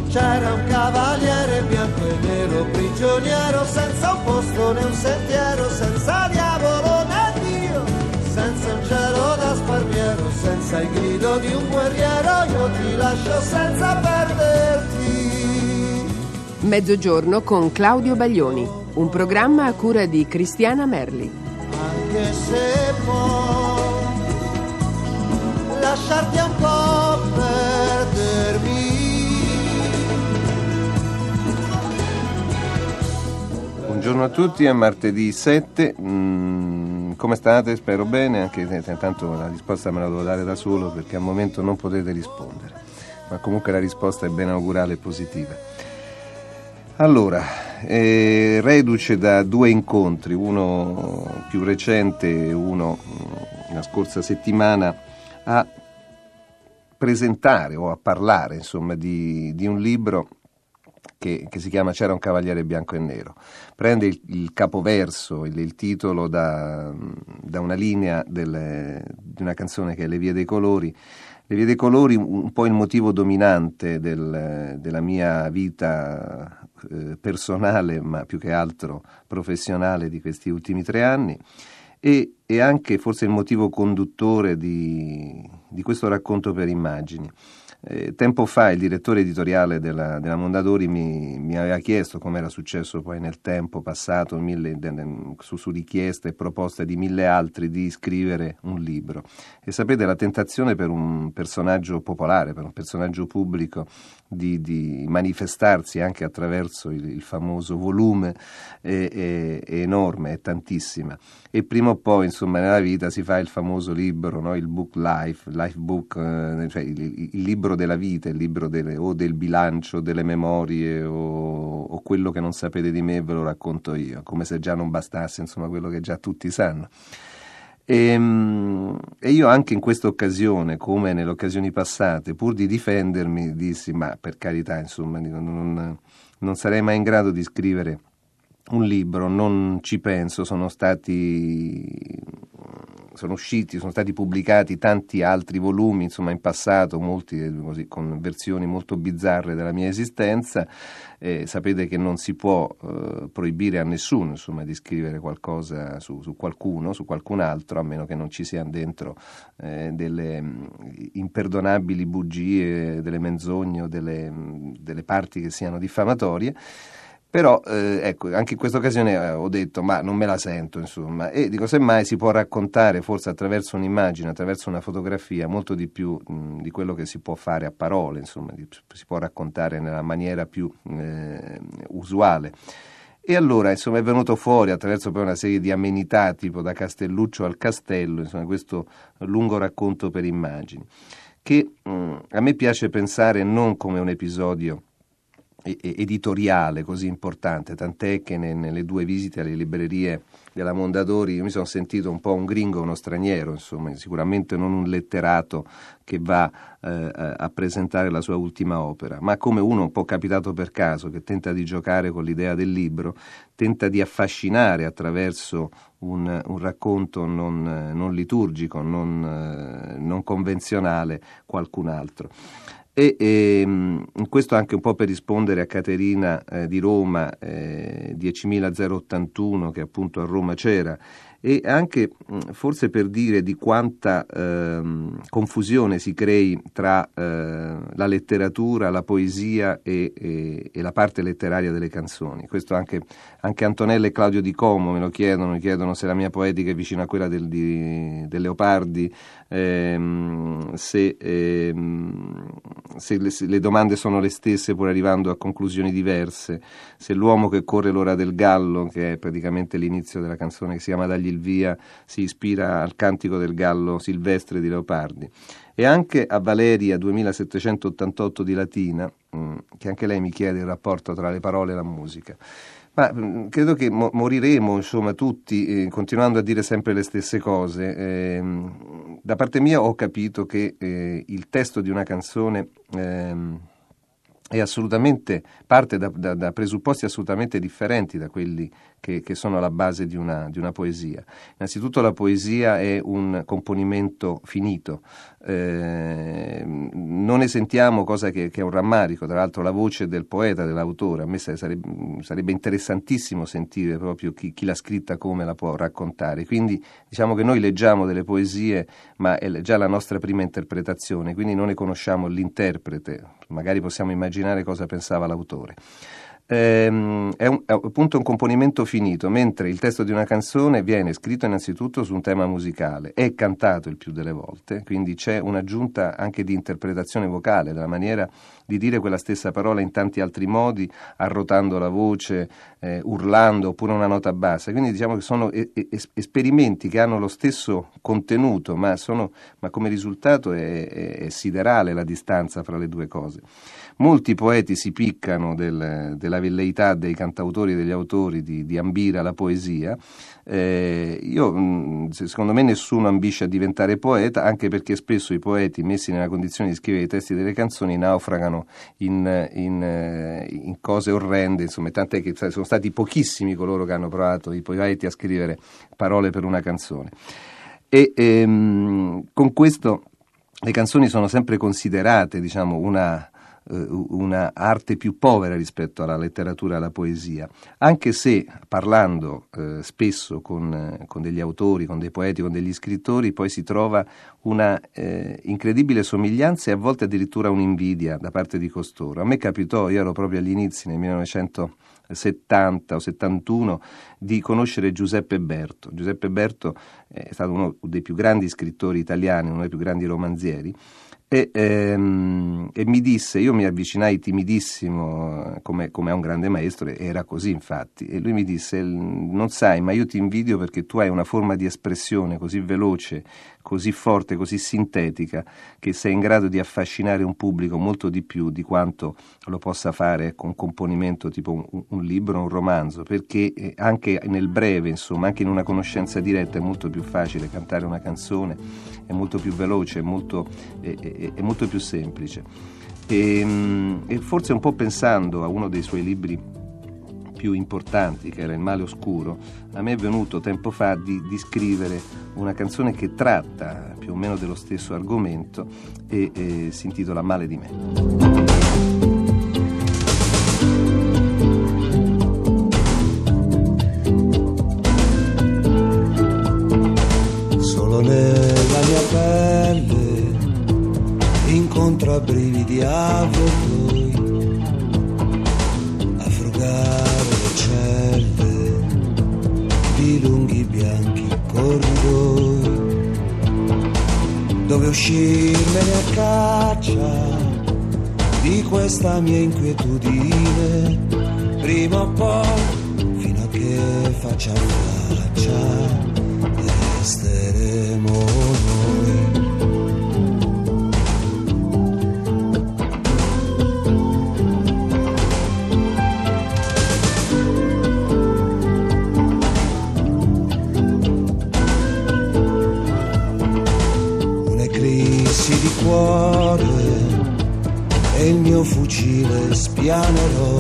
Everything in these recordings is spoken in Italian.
C'era un cavaliere bianco e nero prigioniero, senza un posto né un sentiero, senza diavolo né Dio, senza un cielo da sparviero, senza il grido di un guerriero, io ti lascio senza perderti. Mezzogiorno con Claudio Baglioni, un programma a cura di Cristiana Merli. Anche se può lasciarti un po' perdermi. Buongiorno a tutti, è martedì 7, come state? Spero bene, anche se intanto la risposta me la devo dare da solo perché al momento non potete rispondere, ma comunque la risposta è ben augurale e positiva. Allora, reduce da due incontri, uno più recente e uno la scorsa settimana, a presentare o a parlare insomma di un libro che si chiama C'era un cavaliere bianco e nero. Prende il capoverso, il titolo da una linea di una canzone che è Le vie dei colori. Le vie dei colori, un po' il motivo dominante della mia vita personale, ma più che altro professionale di questi ultimi 3 anni, e anche forse il motivo conduttore di questo racconto per immagini. Tempo fa il direttore editoriale della Mondadori mi aveva chiesto, come era successo poi nel tempo passato, su richiesta e proposta di 1000 altri, di scrivere un libro. E sapete, la tentazione per un personaggio popolare, per un personaggio pubblico, di manifestarsi anche attraverso il famoso volume è enorme, è tantissima. E prima o poi, insomma, nella vita si fa il famoso libro, no? Il book life book, cioè il libro della vita, il libro o del bilancio, delle memorie, o quello che non sapete di me ve lo racconto io, come se già non bastasse, insomma, quello che già tutti sanno. E io anche in questa occasione, come nelle occasioni passate, pur di difendermi, dissi, ma per carità, insomma, non sarei mai in grado di scrivere un libro, non ci penso, sono stati pubblicati tanti altri volumi, insomma, in passato, molti così, con versioni molto bizzarre della mia esistenza. Sapete che non si può proibire a nessuno, insomma, di scrivere qualcosa su qualcuno, su qualcun altro, a meno che non ci siano dentro delle imperdonabili bugie, delle menzogne o delle parti che siano diffamatorie. Però ecco, anche in questa occasione ho detto, ma non me la sento, insomma, e dico, semmai si può raccontare forse attraverso un'immagine, attraverso una fotografia, molto di più di quello che si può fare a parole, insomma, si può raccontare nella maniera più usuale. E allora, insomma, è venuto fuori attraverso poi una serie di amenità, tipo Da Castelluccio al Castello, insomma, questo lungo racconto per immagini, che a me piace pensare non come un episodio editoriale così importante, tant'è che nelle 2 visite alle librerie della Mondadori io mi sono sentito un po' un gringo, uno straniero, insomma, sicuramente non un letterato che va a presentare la sua ultima opera, ma come uno un po' capitato per caso, che tenta di giocare con l'idea del libro, tenta di affascinare attraverso un racconto non liturgico, non convenzionale, qualcun altro. E questo anche un po' per rispondere a Caterina di Roma, 10.081, che appunto a Roma c'era, e anche forse per dire di quanta confusione si crei tra la letteratura, la poesia e la parte letteraria delle canzoni. Questo anche Antonella e Claudio Di Como me lo chiedono se la mia poetica è vicina a quella del Leopardi, se le domande sono le stesse pur arrivando a conclusioni diverse, se l'uomo che corre l'ora del gallo, che è praticamente l'inizio della canzone che si chiama Dagli il via, si ispira al cantico del gallo silvestre di Leopardi, e anche a Valeria 2788 di Latina, che anche lei mi chiede il rapporto tra le parole e la musica. Ma credo che moriremo, insomma, tutti continuando a dire sempre le stesse cose. Da parte mia ho capito che il testo di una canzone è assolutamente parte da presupposti assolutamente differenti da quelli che sono alla base di una poesia. Innanzitutto la poesia è un componimento finito, non ne sentiamo, cosa che è un rammarico, tra l'altro, la voce del poeta, dell'autore. A me sarebbe interessantissimo sentire proprio chi l'ha scritta, come la può raccontare. Quindi diciamo che noi leggiamo delle poesie, ma è già la nostra prima interpretazione, quindi non ne conosciamo l'interprete, magari possiamo immaginare cosa pensava l'autore. È appunto un componimento finito, mentre il testo di una canzone viene scritto innanzitutto su un tema musicale, è cantato il più delle volte, quindi c'è un'aggiunta anche di interpretazione vocale, della maniera di dire quella stessa parola in tanti altri modi, arrotando la voce, urlando, oppure una nota bassa. Quindi diciamo che sono esperimenti che hanno lo stesso contenuto, ma come risultato è siderale la distanza fra le due cose. Molti poeti si piccano della velleità dei cantautori e degli autori di ambire alla poesia. Secondo me nessuno ambisce a diventare poeta, anche perché spesso i poeti, messi nella condizione di scrivere i testi delle canzoni, naufragano in cose orrende, insomma, tant'è che sono stati pochissimi coloro che hanno provato, i poeti, a scrivere parole per una canzone. Con questo le canzoni sono sempre considerate, diciamo, una arte più povera rispetto alla letteratura e alla poesia, anche se parlando spesso con degli autori, con dei poeti, con degli scrittori, poi si trova una incredibile somiglianza e a volte addirittura un'invidia da parte di costoro. A me capitò, io ero proprio agli inizi, nel 1970 o 71, di conoscere Giuseppe Berto. Giuseppe Berto è stato uno dei più grandi scrittori italiani, uno dei più grandi romanzieri, e mi disse, io mi avvicinai timidissimo come a un grande maestro, e era così infatti, e lui mi disse: non sai, ma io ti invidio perché tu hai una forma di espressione così veloce, così forte, così sintetica, che sei in grado di affascinare un pubblico molto di più di quanto lo possa fare con un componimento tipo un libro, un romanzo, perché anche nel breve, insomma, anche in una conoscenza diretta è molto più facile cantare una canzone, è molto più veloce, è molto più semplice. E forse, un po' pensando a uno dei suoi libri più importanti, che era Il male oscuro, a me è venuto tempo fa di scrivere una canzone che tratta più o meno dello stesso argomento e si intitola Male di me. Solo nella mia pelle incontra brividi avvoltoi a frugare le celle di lunghi bianchi corridoi, dove uscirmene a caccia di questa mia inquietudine, prima o poi, fino a che faccia a faccia resteremo noi. Un'eclissi di cuore e il mio fucile spianerò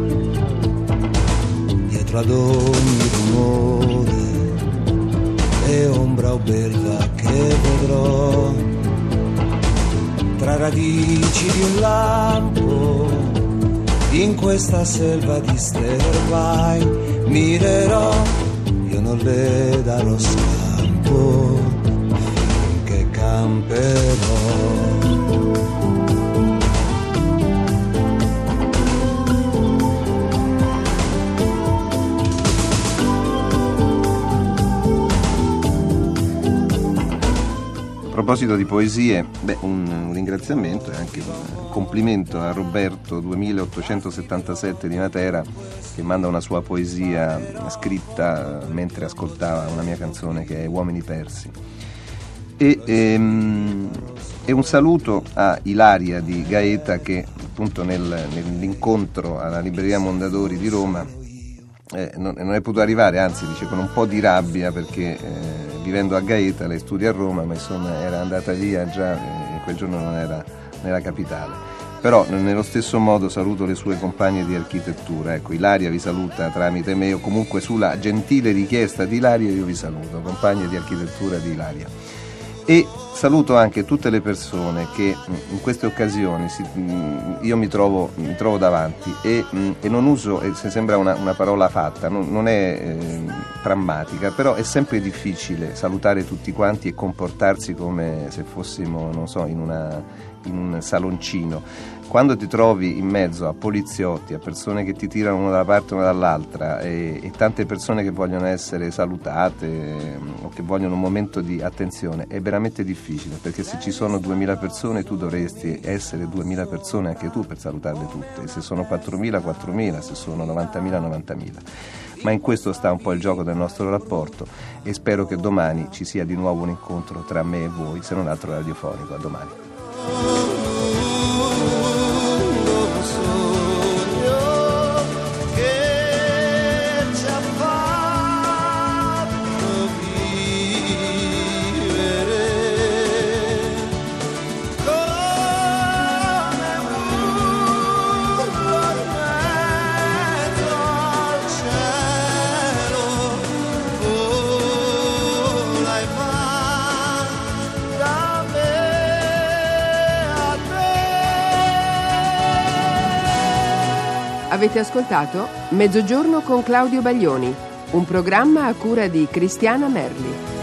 dietro ad ogni rumore e ombra o belva che vedrò, tra radici di un lampo in questa selva di sterbai mirerò, io non le darò scampo finché camperò. A proposito di poesie, un ringraziamento e anche un complimento a Roberto 2877 di Matera, che manda una sua poesia scritta mentre ascoltava una mia canzone che è Uomini persi. E un saluto a Ilaria di Gaeta, che appunto nell'incontro alla libreria Mondadori di Roma non è potuto arrivare, anzi dice con un po' di rabbia, perché vivendo a Gaeta, lei studia a Roma, ma insomma era andata via già, quel giorno non era capitale. Però nello stesso modo saluto le sue compagne di architettura. Ecco, Ilaria vi saluta tramite me, o comunque sulla gentile richiesta di Ilaria io vi saluto, compagne di architettura di Ilaria. E saluto anche tutte le persone che in queste occasioni io mi trovo davanti e non uso, se sembra una parola fatta, non è drammatica, però è sempre difficile salutare tutti quanti e comportarsi come se fossimo, non so, in un saloncino. Quando ti trovi in mezzo a poliziotti, a persone che ti tirano una dalla parte e una dall'altra e tante persone che vogliono essere salutate o che vogliono un momento di attenzione, è veramente difficile, perché se ci sono 2000 persone tu dovresti essere 2000 persone anche tu per salutarle tutte, e se sono 4000, 4000, se sono 90.000, 90.000. Ma in questo sta un po' il gioco del nostro rapporto e spero che domani ci sia di nuovo un incontro tra me e voi, se non altro radiofonico. A domani. Avete ascoltato Mezzogiorno con Claudio Baglioni, un programma a cura di Cristiana Merli.